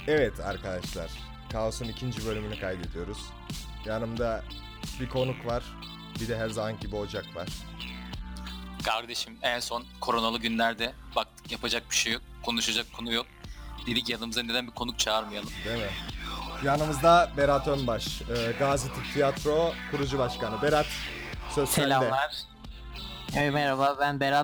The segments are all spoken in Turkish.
Evet arkadaşlar, Kaos'un ikinci bölümünü kaydediyoruz. Yanımda bir konuk var, bir de her zaman gibi Ocak var. Kardeşim en son koronalı günlerde baktık yapacak bir şey yok, konuşacak konu yok. Dedik yanımıza neden bir konuk çağırmayalım. Değil mi? Yanımızda Berat Önbaş, Gazi Tıp Tiyatro kurucu başkanı. Berat, söz sende. Selamlar. Merhaba, ben Berat.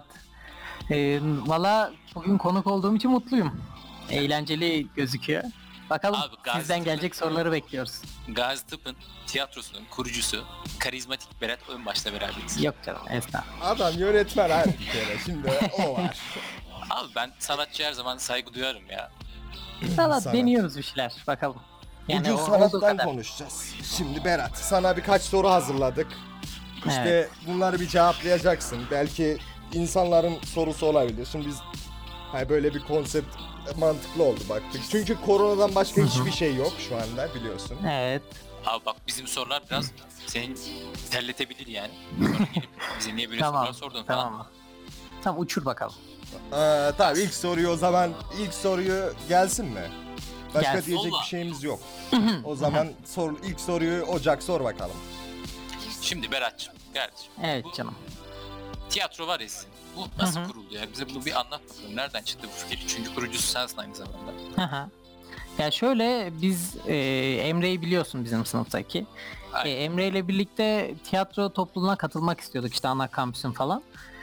Valla bugün konuk olduğum için mutluyum. Eğlenceli gözüküyor. Bakalım Abi, Gazi sizden Tıp'ın- gelecek soruları bekliyoruz. Gazi Tıp'ın tiyatrosunun kurucusu, karizmatik Berat Önbaş'la beraberiz. Yok canım, estağfurullah. Adam yönetmen abi bir kere, şimdi o var. Abi ben sanatçıya her zaman saygı duyarım ya. Valla Sanat. deniyoruz bir şeyler, bakalım. Bugün olduğu sanattan kadar. konuşacağız. Şimdi Berat, sana birkaç soru hazırladık. İşte Evet. bunları bir cevaplayacaksın. Belki insanların sorusu olabilir. Şimdi biz böyle bir konsept mantıklı oldu baktık. Çünkü koronadan başka hiçbir şey yok şu anda, biliyorsun. Evet, Abi bak bizim sorular biraz seni terletebilir yani. Gelip bize niye böyle tamam, sorular sordun falan. tamam mı? Tamam, uçur bakalım. Tabii ilk soruyu o zaman, ilk soruyu gelsin mi? Başka Gelsin. diyecek Vallahi. bir şeyimiz yok. O zaman ilk soruyu Ocak sor bakalım. Şimdi Berat'cığım kardeşim. Evet Bu canım. tiyatro var ya sizin. Bu nasıl kuruldu ya? Bize bunu bir anlat bakalım. Nereden çıktı bu fikir? Çünkü kurucusu sensin aynı zamanda. Aha. Ya şöyle, biz Emre'yi biliyorsun, bizim sınıftaki. Aynen. Emre ile birlikte tiyatro topluluğuna katılmak istiyorduk, işte ana kampüsün falan.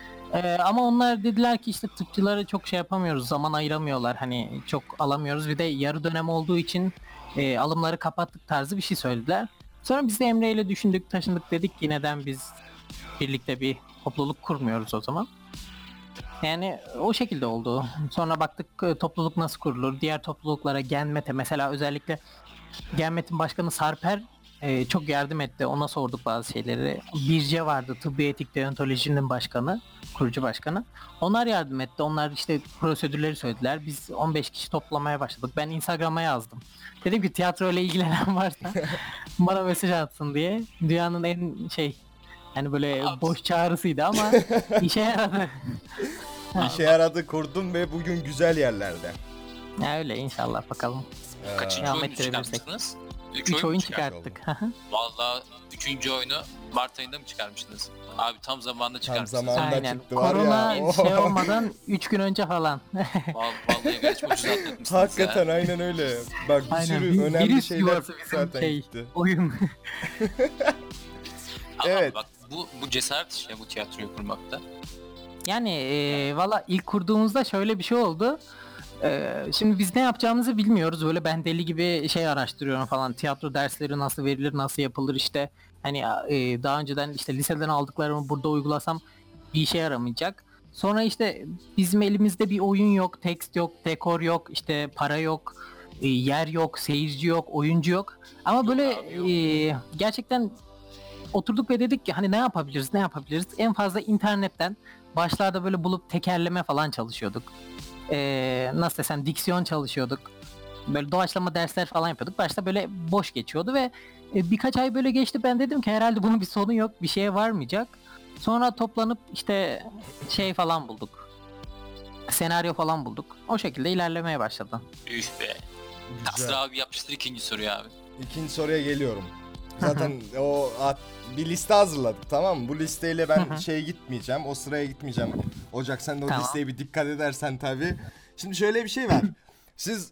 Ama onlar dediler ki işte tıpçıları çok şey yapamıyoruz, zaman ayıramıyorlar, hani çok alamıyoruz, bir de yarı dönem olduğu için alımları kapattık tarzı bir şey söylediler. Sonra biz de Emre ile düşündük, taşındık, dedik ki neden biz birlikte bir topluluk kurmuyoruz o zaman. Yani o şekilde oldu. Sonra baktık topluluk nasıl kurulur. Diğer topluluklara, Genmet'e mesela, özellikle Genmet'in başkanı Sarper çok yardım etti. Ona sorduk bazı şeyleri. Birce vardı, tıbbi etik deontolojinin başkanı, kurucu başkanı. Onlar yardım etti. Onlar işte prosedürleri söylediler. Biz 15 kişi toplamaya başladık. Ben Instagram'a yazdım. Dedim ki tiyatro ile ilgilenen varsa bana mesaj atsın diye. Dünyanın en hani böyle Abi. boş çağrısıydı ama işe yaradı. İşe yaradı, kurdum ve bugün güzel yerlerde. Ya öyle, inşallah bakalım. Kaçıncı devam oyunu ettirebilirsek. çıkarmışsınız? 3 oyun mu çıkarttık. Vallahi 3. oyunu Mart ayında mı çıkarmıştınız? Abi tam zamanında çıkarmışsınız. zamanında. Aynen. çıktı var ya. Korona Oh. olmadan 3 gün önce falan. Vallahi geç ucuz atlatmışsınız Hakikaten ya. aynen öyle. Bak bir Aynen. sürü önemli Virüs şeyler yuvası bizim zaten gitti. oyun. Ama Evet. bak bu cesaret işi ya, bu tiyatroyu kurmakta. Yani valla ilk kurduğumuzda şöyle bir şey oldu. Şimdi biz ne yapacağımızı bilmiyoruz. Böyle ben deli gibi şey araştırıyorum falan. Tiyatro dersleri nasıl verilir, nasıl yapılır işte. Hani daha önceden işte liseden aldıklarımı burada uygulasam bir işe yaramayacak. Sonra işte bizim elimizde bir oyun yok, tekst yok, dekor yok, işte para yok, yer yok, seyirci yok, oyuncu yok. Ama böyle gerçekten oturduk ve dedik ki hani ne yapabiliriz? En fazla internetten başlarda böyle bulup tekerleme falan çalışıyorduk. Nasıl desem, diksiyon çalışıyorduk. Böyle doğaçlama dersler falan yapıyorduk. Başta böyle boş geçiyordu ve birkaç ay böyle geçti. Ben dedim ki herhalde bunun bir sonu yok, bir şeye varmayacak. Sonra toplanıp işte şey falan bulduk. Senaryo falan bulduk. O şekilde ilerlemeye başladı. Üf be. Güzel. Kasra abi yapıştır ikinci soruyu abi. İkinci soruya geliyorum. Zaten bir liste hazırladık, tamam mı? Bu listeyle ben gitmeyeceğim. O sıraya gitmeyeceğim. Ocak, sen de o Tamam. listeye bir dikkat edersen tabii. Şimdi şöyle bir şey var. Siz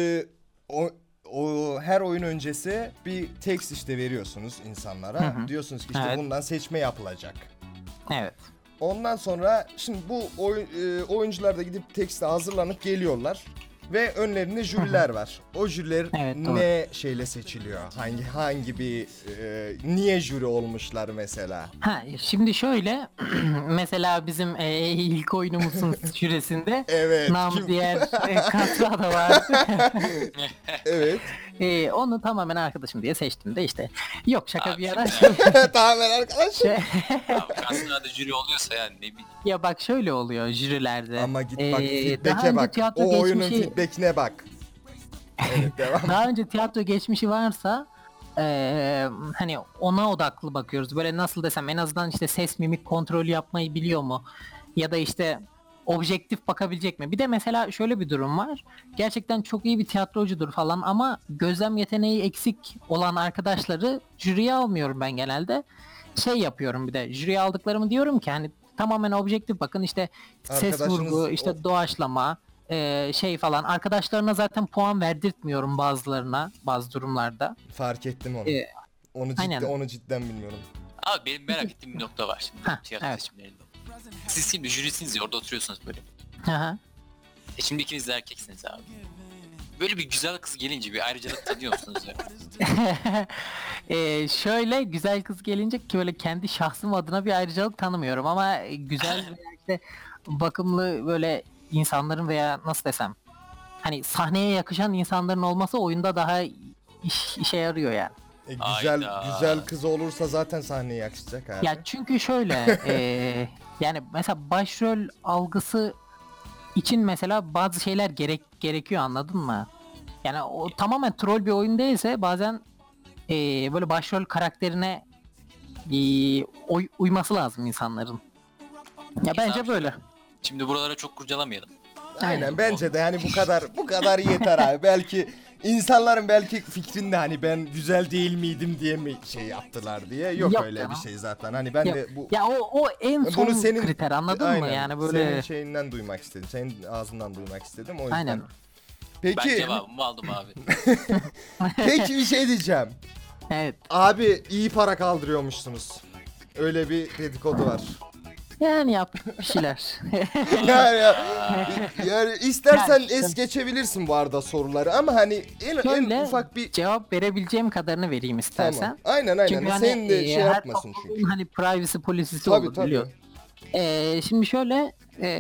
her oyun öncesi bir tekst işte veriyorsunuz insanlara. Diyorsunuz ki işte Evet. bundan seçme yapılacak. Evet. Ondan sonra şimdi bu oyuncular da gidip tekste hazırlanıp geliyorlar. Ve önlerinde jüriler var. O jüriler Evet, doğru. ne şeyle seçiliyor? Hangi bir niye jüri olmuşlar mesela? Şimdi şöyle mesela bizim ilk oyunumuzun süresinde Evet. namı diğer Kasra da vardı. Evet. Onu tamamen arkadaşım diye seçtim de işte. Yok, şaka Abi bir yana. Tamamen arkadaş. Abi Kasra'da jüri oluyorsa yani ne bileyim. Ya bak, şöyle oluyor jürilerde. Ama git bak Daha feedback'e önce bak. tiyatro O oyunun geçmişi, feedback'ine bak. Evet, devam. daha önce tiyatro geçmişi varsa hani ona odaklı bakıyoruz. Böyle nasıl desem, en azından işte ses mimik kontrolü yapmayı biliyor mu? Ya da işte objektif bakabilecek mi? Bir de mesela şöyle bir durum var. Gerçekten çok iyi bir tiyatrocudur falan ama gözlem yeteneği eksik olan arkadaşları jüriye almıyorum ben genelde. Şey yapıyorum, bir de jüriye aldıklarımı diyorum ki hani tamamen objektif bakın, işte ses Arkadaşınız vurgu, işte doğaçlama, şey falan. Arkadaşlarına zaten puan verdirtmiyorum bazılarına bazı durumlarda. Fark ettim onu. E, aynen. Onu cidden bilmiyorum. Abi benim merak ettiğim bir nokta var şimdi Heh, tiyatro evet. seçimlerinde. Siz şimdi jürisiniz ya, orada oturuyorsunuz böyle. Aha. Şimdi ikiniz de erkeksiniz abi. Böyle bir güzel kız gelince bir ayrıcalık tanıyor musunuz ya? Şöyle güzel kız gelince ki böyle kendi şahsım adına bir ayrıcalık tanımıyorum ama güzel veya işte bakımlı böyle insanların veya nasıl desem hani sahneye yakışan insanların olması oyunda daha işe yarıyor yani. Güzel Hayda. güzel kız olursa zaten sahneye yakışacak abi. Ya çünkü şöyle yani mesela başrol algısı için mesela bazı şeyler gerekiyor, anladın mı? Yani o tamamen troll bir oyun değilse bazen böyle başrol karakterine uyması lazım insanların. Ya bence abi. böyle. Şimdi buralara çok kurcalamayalım. Aynen, bence de yani bu kadar yeter abi. Belki insanların fikrinde hani ben güzel değil miydim diye mi şey yaptılar diye. Yok Yok öyle canım. bir şey zaten. Hani ben Yok. de bu Ya o en son bunu senin kriter, anladın mı? aynen, Yani böyle senin şeyinden duymak istedim. Senin ağzından duymak istedim o yüzden. aynen. Ben Peki cevabımı aldım abi. peki bir şey diyeceğim. Evet. Abi iyi para kaldırıyormuşsunuz. Öyle bir dedikodu var. Yani yap bir şeyler. Yani istersen Ya es geçebilirsin bu arada soruları ama hani en Şöyle ufak bir cevap verebileceğim kadarını vereyim istersen. tamam. Aynen. Çünkü hani Senin de şey her yapmasın topluluğun çünkü. hani privacy polisisi Tabii olur tabii. biliyor. Şimdi şöyle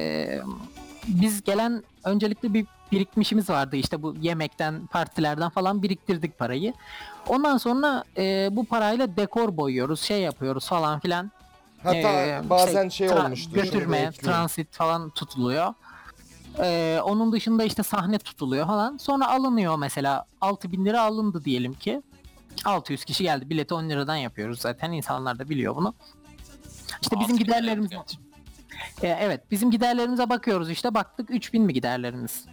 biz gelen öncelikle bir birikmişimiz vardı, işte bu yemekten, partilerden falan biriktirdik parayı. Ondan sonra bu parayla dekor boyuyoruz, şey yapıyoruz falan filan. Hatta bazen şey olmuştu. şunu da Götürme, ekleyeyim. transit falan tutuluyor. Onun dışında işte sahne tutuluyor falan. Sonra alınıyor, mesela 6.000 lira alındı diyelim ki. 600 kişi geldi. Bileti 10 liradan yapıyoruz zaten. İnsanlar da biliyor bunu. İşte bizim 6.000 lira giderlerimiz yapıyor. evet, bizim giderlerimize bakıyoruz, işte baktık 3.000 mi giderlerimiz?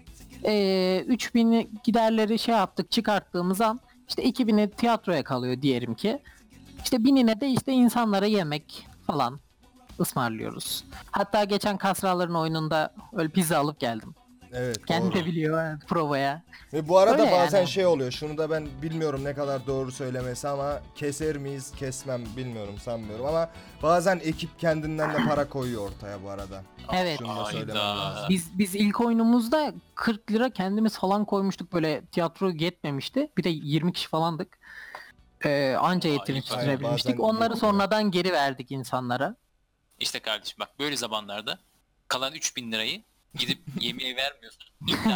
3.000 giderleri şey yaptık, çıkarttığımız an işte 2.000'i tiyatroya kalıyor diyelim ki. İşte 1.000'ine de işte insanlara yemek falan ısmarlıyoruz. Hatta geçen Kasraların oyununda öyle pizza alıp geldim. Evet, Kendi doğru. de biliyor, evet, provaya. Ve bu arada Öyle bazen yani. şey oluyor. Şunu da ben bilmiyorum ne kadar doğru söylemesi ama keser miyiz, kesmem bilmiyorum, sanmıyorum ama bazen ekip kendinden de para koyuyor ortaya bu arada. Evet. Şunu da söylemem Hayda. lazım. Biz ilk oyunumuzda 40 lira kendimiz falan koymuştuk, böyle tiyatro yetmemişti. Bir de 20 kişi falandık. Anca yetiştirebilmiştik. bazen Onları yetmiyor. sonradan geri verdik insanlara. İşte kardeşim bak, böyle zamanlarda kalan 3.000 lirayı gidip yemeğe vermiyorsun. İptal.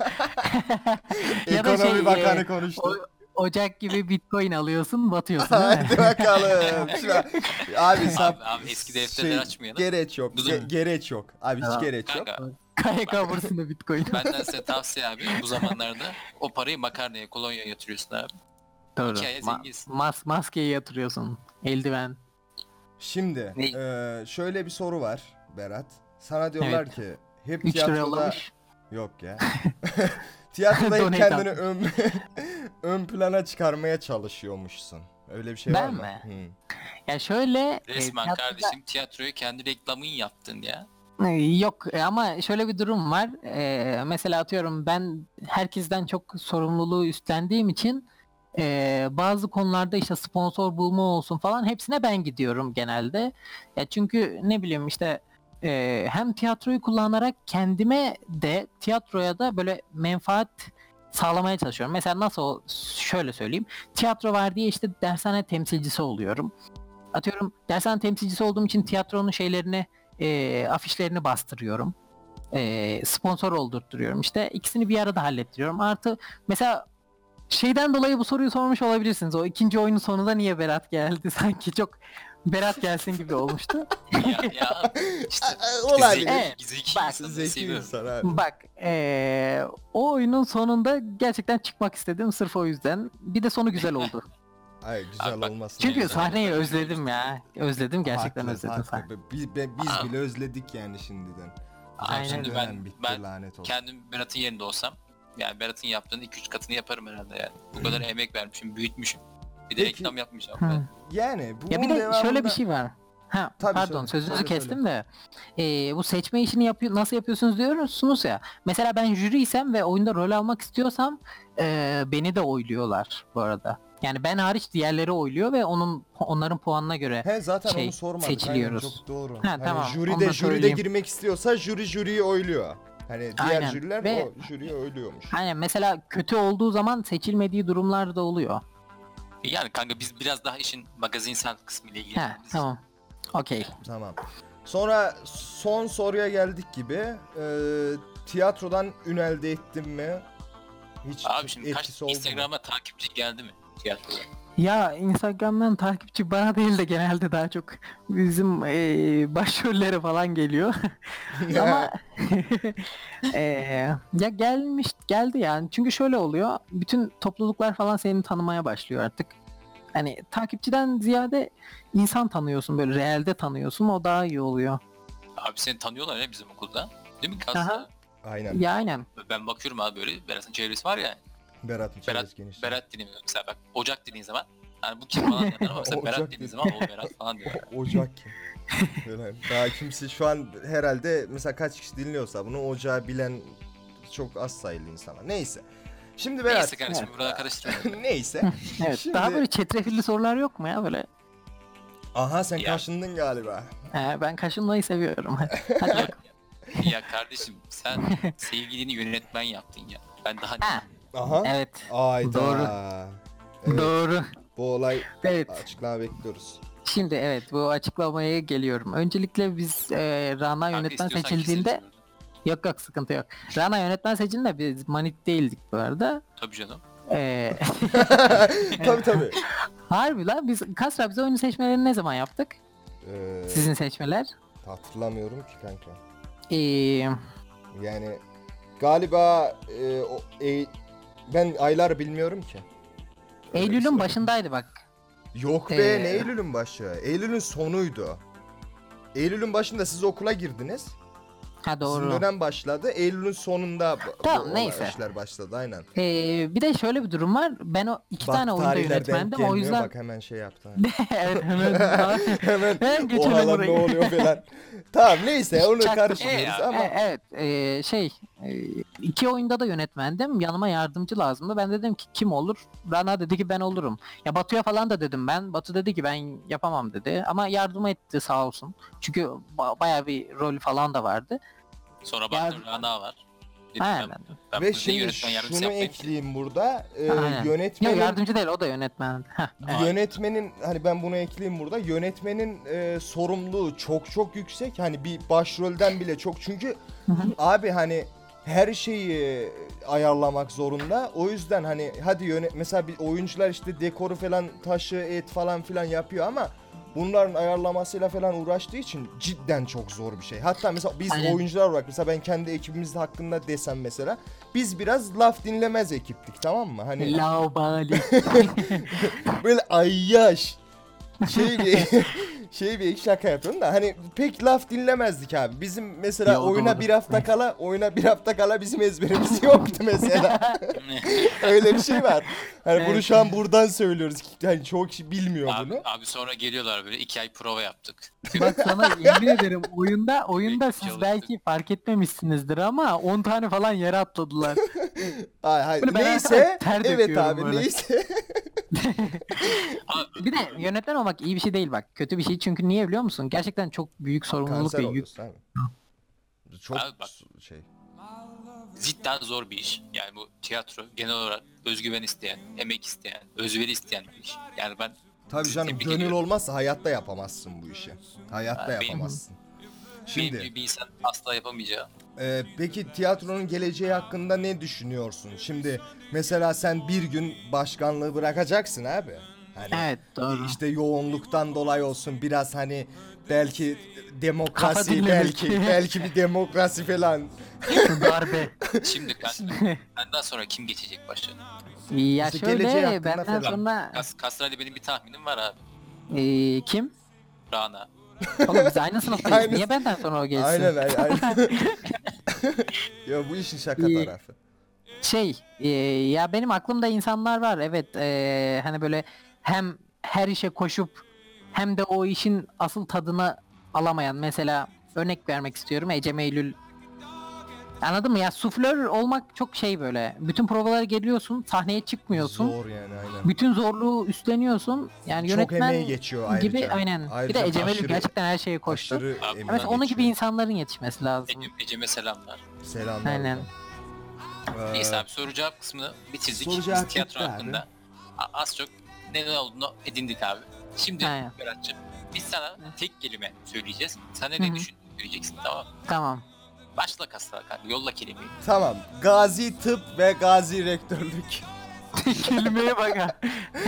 Ya da Ekonomi Bakanı e, konuştu. Ocak gibi Bitcoin alıyorsun, batıyorsun değil mi? Hadi bakalım. Abi sen Abi eski defterleri açmayalım. Gereç yok. Bizim- Gereç yok. Abi hiç Tamam. gereç yok. Kanka KYK bursunda Bitcoin. benden size tavsiye abi, bu zamanlarda o parayı makarnaya, kolonyaya yatırıyorsun abi. Doğru. Hikaye zenginsin. Maskeyi yatırıyorsun. Eldiven. Şimdi Ne? şöyle bir soru var Berat. Sana diyorlar ki hep 3 lira tiyatroda yollamış. yok ya. Tiyatroda hep Donate kendini ön plana çıkarmaya çalışıyormuşsun. Öyle bir şey var Ben mı? mi? Hı. Ya şöyle Resmen tiyatroda- kardeşim tiyatroyu kendi reklamın yaptın ya. Yok ama şöyle bir durum var. Mesela atıyorum, ben herkesten çok sorumluluğu üstlendiğim için bazı konularda işte sponsor bulma olsun falan, hepsine ben gidiyorum genelde. Ya çünkü ne bileyim işte hem tiyatroyu kullanarak kendime de tiyatroya da böyle menfaat sağlamaya çalışıyorum. Mesela nasıl, şöyle söyleyeyim. Tiyatro var diye işte dershane temsilcisi oluyorum. Atıyorum, dershane temsilcisi olduğum için tiyatronun şeylerini, afişlerini bastırıyorum. Sponsor oldurtturuyorum. İşte ikisini bir arada hallettiriyorum. Artı mesela şeyden dolayı bu soruyu sormuş olabilirsiniz. O ikinci oyunun sonunda niye Berat geldi? Sanki çok Berat gelsin gibi olmuştu. Ya işte Olabilir. Evet, zeki bak, insanları Zeki seviyorum. insan abi. Bak o oyunun sonunda gerçekten çıkmak istedim sırf o yüzden. Bir de sonu güzel oldu. Ay güzel Abi bak, olmasın. Çünkü Evet, sahneyi evet. özledim ya. Özledim, gerçekten Haklı, özledim haklı. sahneyi. Biz bile özledik yani şimdiden. Abi Aynen. şimdi Dönem bitti, ben lanet olsun. kendim Berat'ın yerinde olsam yani Berat'ın yaptığını 2-3 katını yaparım herhalde yani. Bu kadar emek vermişim, büyütmüşüm. Bir de Peki- reklam yapmayacağım Hı. ben. Yani bunun Ya bir de şöyle bir devamında... şey var. Ha, Tabii, pardon söyle, sözünüzü söyle, kestim de bu seçme işini nasıl yapıyorsunuz diyorsunuz ya. Mesela ben jüriysem ve oyunda rol almak istiyorsam beni de oyluyorlar bu arada. Yani ben hariç diğerleri oyluyor ve onların puanına göre He zaten şey, onu sormadık. seçiliyoruz. Aynen, çok doğru. Ha, Hani tamam, onu jüride da söyleyeyim. girmek istiyorsa jüriyi oyluyor. Hani diğer Aynen. jüriler Ve- o jüriyi oyluyormuş. Aynen, mesela kötü olduğu zaman seçilmediği durumlar da oluyor. Yani kanka biz biraz daha işin magazinsel kısmıyla Ha, ilgileniyoruz. tamam. Okey. Tamam. Sonra son soruya geldik gibi. Tiyatrodan ün elde ettin mi? Hiç Abi şimdi kaç etkisi oldu mu? Instagram'a takipçi geldi mi tiyatroda? Ya Instagram'dan takipçi bana değil de genelde daha çok bizim başrollere falan geliyor. Ama ya geldi yani. Çünkü şöyle oluyor. Bütün topluluklar falan seni tanımaya başlıyor artık. Hani takipçiden ziyade insan tanıyorsun, böyle realde tanıyorsun, o daha iyi oluyor. Abi seni tanıyorlar ya bizim okulda. Değil mi Aha. Kaslı? Aynen. Ya aynen. Ben bakıyorum abi böyle Berat'ın çevresi var ya. Berat'ın çevresi geniş. Berat dediğim mesela bak Ocak dediğin zaman hani bu kim falan derler ama mesela Ocak Berat dediğin zaman o Berat falan diyor. Ocak kim? Böyle daha kimse şu an herhalde mesela kaç kişi dinliyorsa bunu Ocağı bilen çok az sayılı insanlar. Neyse. Şimdi Berat. Neyse kardeşim burada karıştırmayalım. Neyse. Evet. Şimdi- Daha böyle çetrefilli sorular yok mu ya böyle? Aha sen Ya. kaşındın galiba. Ben kaşınmayı seviyorum. Hadi bakalım. Ya kardeşim sen sevgilini yönetmen yaptın ya. Ben daha Ha, Aha. evet. Ayda. Doğru. Evet, Doğru. bu olay Evet. açıklama bekliyoruz. Şimdi evet, bu açıklamaya geliyorum. Öncelikle biz Rana Kanka yönetmen istiyorsan seçildiğinde keseriz burada. yok sıkıntı yok. Rana yönetmen seçildiğinde biz manit değildik bu arada. Tabii canım. E, Tabii. harbi lan, biz Kasra bize oyunu seçmelerini ne zaman yaptık? Sizin seçmeler. Hatırlamıyorum ki kanka. E, Yani galiba ben aylar bilmiyorum ki. Öyle bir Eylül'ün şey. başındaydı bak. Yok be, ne Eylül'ün başı? Eylül'ün sonuydu. Eylül'ün başında siz okula girdiniz. Ha, Sizin doğru. dönem başladı. Eylül'ün sonunda Tamam, bu neyse. işler başladı aynen. Bir de şöyle bir durum var. Ben o iki tane oyunda tarihler denk yönetmendim. O gelmiyor, yüzden bak hemen şey yaptı. evet, hemen Hemen geçelim oha lan burayı. ne oluyor falan. Tamam neyse onu Çak- karışmıyoruz ama Evet, iki oyunda da yönetmendim. Yanıma yardımcı lazımdı. Ben dedim ki kim olur? Rana dedi ki ben olurum. Ya Batu'ya falan da dedim ben. Batu dedi ki ben yapamam dedi. Ama yardım etti sağ olsun. Çünkü bayağı bir rol falan da vardı. Sonra baktım Rana var. Dedim Aynen. ben ve burada şimdi yönetmen yardımcısı şunu yapmayayım ki. ekleyeyim burada. Aynen. Yok, Yönetmenin yardımcı değil, o da yönetmen. Heh, evet. Yönetmenin hani ben bunu ekleyeyim burada. Yönetmenin sorumluluğu çok yüksek. Hani bir başrolden bile çok. Çünkü abi hani her şeyi ayarlamak zorunda. O yüzden hani hadi mesela bir oyuncular işte dekoru falan taşı et falan filan yapıyor ama bunların ayarlamasıyla falan uğraştığı için cidden çok zor bir şey. Hatta mesela biz Aynen. oyuncular olarak mesela ben kendi ekibimiz hakkında desem mesela biz biraz laf dinlemez ekiptik, tamam mı? Hani Laubali. böyle ayyaş şey bir bir şaka yapıyorum da hani pek laf dinlemezdik abi. Bizim mesela Ya, oyuna doğru. bir hafta kala bizim ezberimiz yoktu mesela. Öyle bir şey var. Hani bunu Evet. şu an buradan söylüyoruz. Hani çoğu kişi bilmiyor bunu. Abi sonra geliyorlar böyle 2 ay prova yaptık. Bak sana yemin ederim, oyunda siz Çalıştık. belki fark etmemişsinizdir ama 10 tane falan yere atladılar. Hayır. Böyle ben Neyse. arkadan ter Evet döküyorum abi böyle. neyse. Bir de yönetmen olmak iyi bir şey değil bak. Kötü bir şey, çünkü niye biliyor musun? Gerçekten çok büyük sorumluluk Kanser ve yük. oluyorsun abi. Çok Abi bak. şey. Cidden zor bir iş. Yani bu tiyatro genel olarak özgüven isteyen, emek isteyen, özveri isteyen bir iş. Yani ben Tabii canım, tebrik gönül ediyorum. olmazsa hayatta yapamazsın bu işi. Hayatta Benim- yapamazsın. benim Şimdi gibi bir insan asla yapamayacağı. peki tiyatronun geleceği hakkında ne düşünüyorsun? Şimdi mesela sen bir gün başkanlığı bırakacaksın abi. Hani Evet, doğru. işte yoğunluktan dolayı olsun biraz hani belki Kafa demokrasi dinlemek. belki bir demokrasi falan. Darbe. Şimdi benden sonra kim geçecek başa? Ya İşte geleceği şöyle, hakkında benden falan. sonra Kastrali benim bir tahminim var abi. kim? Rana. Oğlum biz aynı sınıftayız. Aynı- Niye benden sonra o geçsin? Aynen. Ya bu işin şaka İyi. tarafı. Ya benim aklımda insanlar var, evet, hani böyle hem her işe koşup hem de o işin asıl tadını alamayan, mesela örnek vermek istiyorum, Ecem Eylül, anladın mı ya, suflör olmak çok şey, böyle bütün provalara geliyorsun, sahneye çıkmıyorsun, Zor yani, aynen. bütün zorluğu üstleniyorsun, yani Çok yönetmen emeği geçiyor ayrıca. gibi, aynen, bir Ayrıca de Ecem Eylül aşırı- gerçekten her şeye koştu. Aşırı Abi, emeği Evet, onun gibi geçiyor. insanların yetişmesi lazım. Ecem'e selamlar. Selamlar. Aynen. Neyse abi, soru cevap kısmını bitirdik. Soru Biz cevap tiyatro bitti hakkında az çok ne olduğunu edindik abi. Şimdi Aynen. Berat'cığım, biz sana tek kelime söyleyeceğiz. Sen de Hı ne hı. düşündüğünü söyleyeceksin, tamam mı? Tamam. Başla kaslar kanka, yolla kelimeyi. Tamam. Gazi tıp ve gazi rektörlük. Kelimeye bak ha.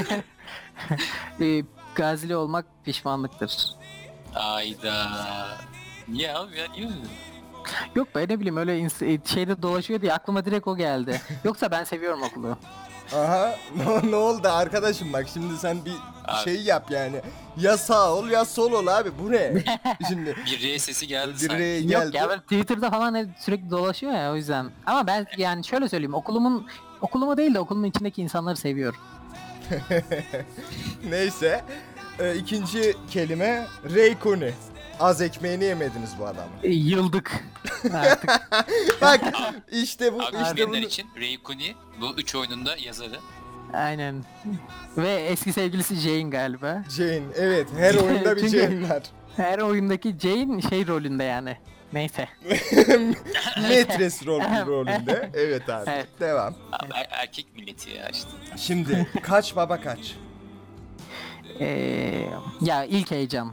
Gazili olmak pişmanlıktır. Ayda. Niye abi ya, niye öyle? Yok ben ne bileyim, öyle şeyde dolaşıyor diye aklıma direkt o geldi. Yoksa ben seviyorum okulu. Aha. Ne oldu arkadaşım, bak şimdi sen bir Abi. şey yap yani. Ya sağ ol ya sol ol abi, bu ne? Şimdi Bir R sesi geldi bir sanki. re Yok geldi. ya, böyle Twitter'da falan sürekli dolaşıyor ya, o yüzden. Ama ben yani şöyle söyleyeyim, okulumu değil de okulumun içindeki insanları seviyorum. Neyse. İkinci kelime Reykuni. Az ekmeğini yemediniz bu adamı. Yıldık artık. Bak işte bu Abi işte bilmeyenler bunu. için Reikuni bu 3 oyununda yazarı. Aynen. Ve eski sevgilisi Jane galiba. Jane, evet, her oyunda bir Çünkü- Jane var. Her oyundaki Jane şey rolünde yani. Neyse. Metres rolünde. Evet abi. Evet. Devam. Abi, erkek milleti ya işte. Şimdi kaç baba kaç? Ya ilk heyecan.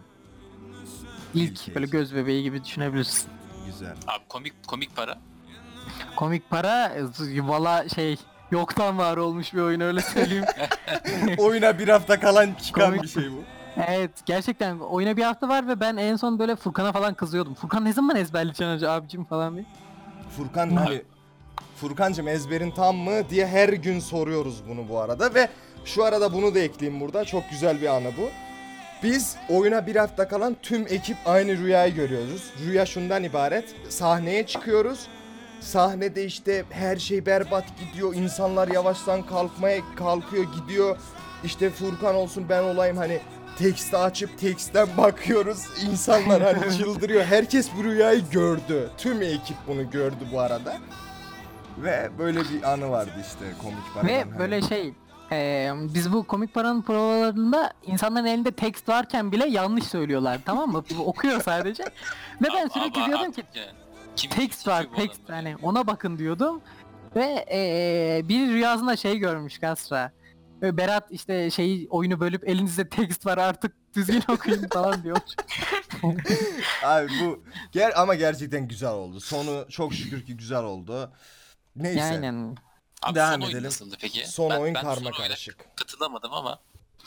İlk İlk böyle heyecan. göz bebeği gibi düşünebilirsin. Güzel. Abi komik para. Komik para valla şey, yoktan var olmuş bir oyun, öyle söyleyeyim. Oyuna bir hafta kalan çıkan Komik. bir şey bu. Evet, gerçekten oyuna bir hafta var ve ben en son böyle Furkan'a falan kızıyordum. Furkan ne zaman ezberleyeceksin abicim falan diye. Furkan hani Furkancığım ezberin tam mı diye her gün soruyoruz bunu bu arada ve şu arada bunu da ekleyeyim burada. Çok güzel bir anı bu. Biz oyuna bir hafta kalan tüm ekip aynı rüyayı görüyoruz. Rüya şundan ibaret. Sahneye çıkıyoruz. Sahnede işte her şey berbat gidiyor. İnsanlar yavaştan kalkıyor gidiyor. İşte Furkan olsun ben olayım, hani teksti açıp teksten bakıyoruz. İnsanlar hani çıldırıyor. Herkes bu rüyayı gördü. Tüm ekip bunu gördü bu arada. Ve böyle bir anı vardı işte komik paradan. Ve hani. böyle şey, biz bu komik paranın provalarında insanların elinde tekst varken bile yanlış söylüyorlar, tamam mı? Bu okuyor sadece. Ve ben sürekli Ama diyordum ki artık yani. Kim tekst var, bu tekst, adamlar? hani ona bakın diyordum. Ve bir rüyasında şey görmüş Kasra. Berat işte şeyi, oyunu bölüp elinizde tekst var artık düzgün okuyun falan diyor. Abi bu ama gerçekten güzel oldu. Sonu çok şükür ki güzel oldu. Neyse. Aynen. Abi Devam son oyun edelim. nasıldı peki? Son oyun ben karma son oyuna karışık. katılamadım ama.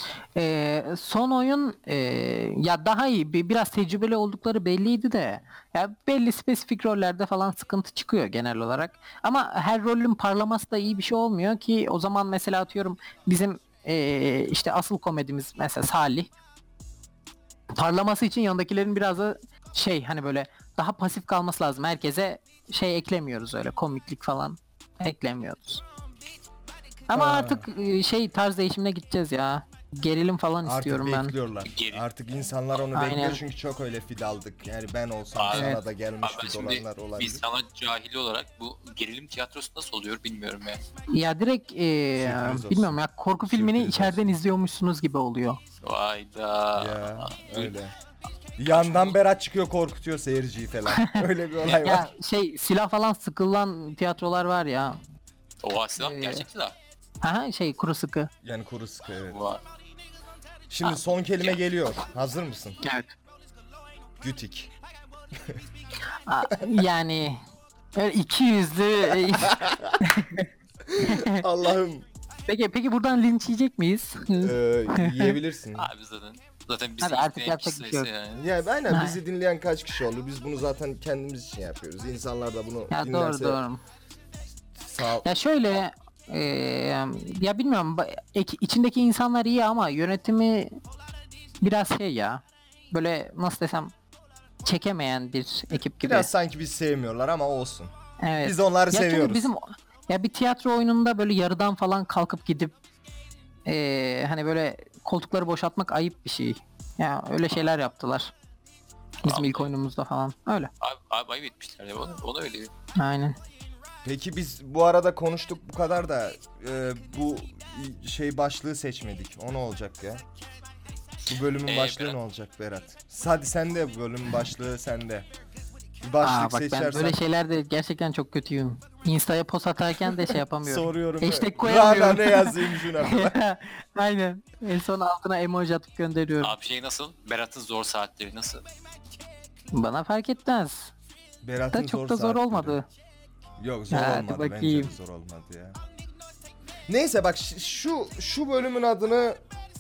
Son oyun ya daha iyi, biraz tecrübeli oldukları belliydi de ya belli spesifik rollerde falan sıkıntı çıkıyor genel olarak, ama her rolün parlaması da iyi bir şey olmuyor ki. O zaman mesela atıyorum bizim işte asıl komedimiz mesela Salih, parlaması için yanındakilerin biraz da şey, hani böyle daha pasif kalması lazım, herkese şey eklemiyoruz, öyle komiklik falan eklemiyoruz. Ama Ha. artık şey tarz değişimine gideceğiz ya. Gerilim falan Artık istiyorum ben. bekliyorlar. Geri- Artık insanlar onu Aynen. bekliyor çünkü çok öyle fid aldık. Yani ben olsam Abi- sana Evet. da gelmiş Abi ben fid şimdi olanlar olabilir. biz sana cahili olarak bu gerilim tiyatrosu nasıl oluyor bilmiyorum ya. Ya direkt Sürpriz olsun. bilmiyorum ya, korku filmini Sürpriz içeriden olsun. izliyormuşsunuz gibi oluyor. Vayda. Ya öyle. Yandan Berat çıkıyor korkutuyor seyirciyi falan. Öyle bir olay var. Ya şey, silah falan sıkılan tiyatrolar var ya. Oha, silah Ee, gerçek silah. Aha, şey kuru sıkı. Yani kuru sıkı, evet. Vay. Şimdi son kelime geliyor. Hazır mısın? Evet. Gütik. Yani öyle iki yüzlü. Allah'ım. Peki buradan linç yiyecek miyiz? Yiyebilirsin. Abi zaten bizi Abi artık izleyen yapacak kişi bir şey yok. sayısı yani. Ya aynen, Ha. bizi dinleyen kaç kişi oldu? Biz bunu zaten kendimiz için yapıyoruz. İnsanlar da bunu Ya dinlerse doğru. sağ Ya şöyle, ya bilmiyorum, içindeki insanlar iyi ama yönetimi biraz şey ya. böyle nasıl desem çekemeyen bir ekip gibi. Biraz sanki biz sevmiyorlar ama olsun. Evet. Biz onları Ya çünkü seviyoruz. bizim ya bir tiyatro oyununda böyle yarıdan falan kalkıp gidip hani böyle koltukları boşaltmak ayıp bir şey. Ya öyle şeyler yaptılar. Bizim Abi. ilk oyunumuzda falan. Öyle. Abi ayıp etmişler ya. O da öyle. Aynen. Peki biz bu arada konuştuk bu kadar da bu şey başlığı seçmedik. O ne olacak ya? Bu bölümün başlığı Berat. ne olacak Berat? Hadi sen de bu bölümün başlığı sende. Bir başlık Bak ben seçersen böyle şeylerde gerçekten çok kötüyüm. Insta'ya post atarken de şey yapamıyorum. soruyorum. Hashtag Rana koyamıyorum. ne yazayım şuna? Aynen. En son altına emoji atıp gönderiyorum. Abi şey nasıl? Berat'ın zor saatleri nasıl? Bana fark etmez. Berat'ın Da çok da zor saatleri. olmadı. Yok zor Hadi olmadı. Bence bakayım. de zor olmadı ya. Neyse bak şu bölümün adını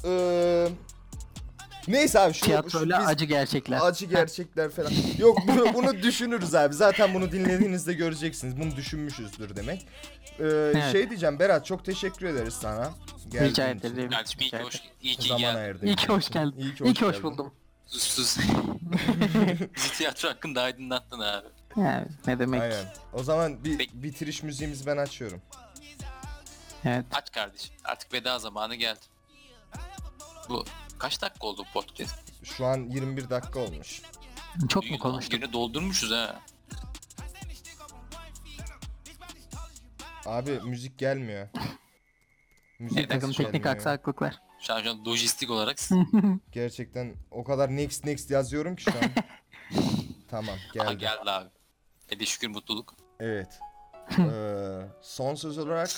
neyse abi Tiyatroyla biz- acı gerçekler. acı gerçekler falan. Yok bunu düşünürüz abi. Zaten bunu dinlediğinizde göreceksiniz. Bunu düşünmüşüzdür demek. Şey diyeceğim Berat çok teşekkür ederiz sana. Geldiğin Rica için. ederim. Kardeşim iyi ki hoş, iyi ki Zaman geldin. ayırdın. İyi ki hoş geldin. İyi ki hoş buldum. Sus. Bizi tiyatro hakkında aydınlattın abi. Yani ne demek. Aynen. O zaman bir Peki. bitiriş müziğimizi ben açıyorum. Evet. Aç kardeşim. Artık veda zamanı geldi. Bu kaç dakika oldu bu podcast? Şu an 21 dakika olmuş. Çok mu konuştuk? Günü doldurmuşuz ha. Abi müzik gelmiyor. Müzik Bir Takım nasıl teknik gelmiyor? aksaklıklar. Şu an lojistik olarak Gerçekten o kadar next yazıyorum ki şu an. Tamam aha, geldi. geldi abi. Hadi şükür mutluluk. Evet. Son söz olarak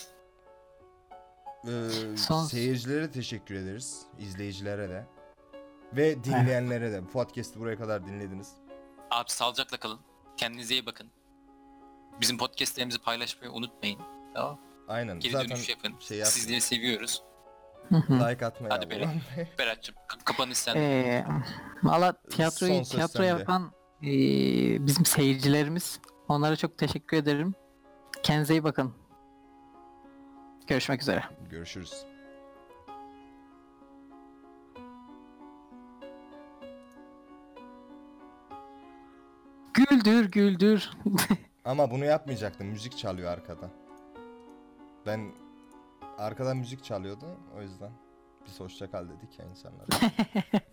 Son- seyircilere teşekkür ederiz. İzleyicilere de. Ve dinleyenlere de. Bu podcast'ı buraya kadar dinlediniz. Abi sağlıcakla kalın. Kendinize iyi bakın. Bizim podcastlerimizi paylaşmayı unutmayın. Tamam. Aynen. Geri Zaten dönüş yapın. şey yap- Sizleri seviyoruz. like atmayı Hadi Berat. Berat'cığım kapanış sen. Valla Son tiyatroyu söz tiyatro sende. yapan bizim seyircilerimiz. Onlara çok teşekkür ederim. Kendinize iyi bakın. Görüşmek üzere. Görüşürüz. Güldür güldür. Ama bunu yapmayacaktım. Müzik çalıyor arkada. Ben arkadan müzik çalıyordu. O yüzden biz hoşça kal dedik ya insanlara.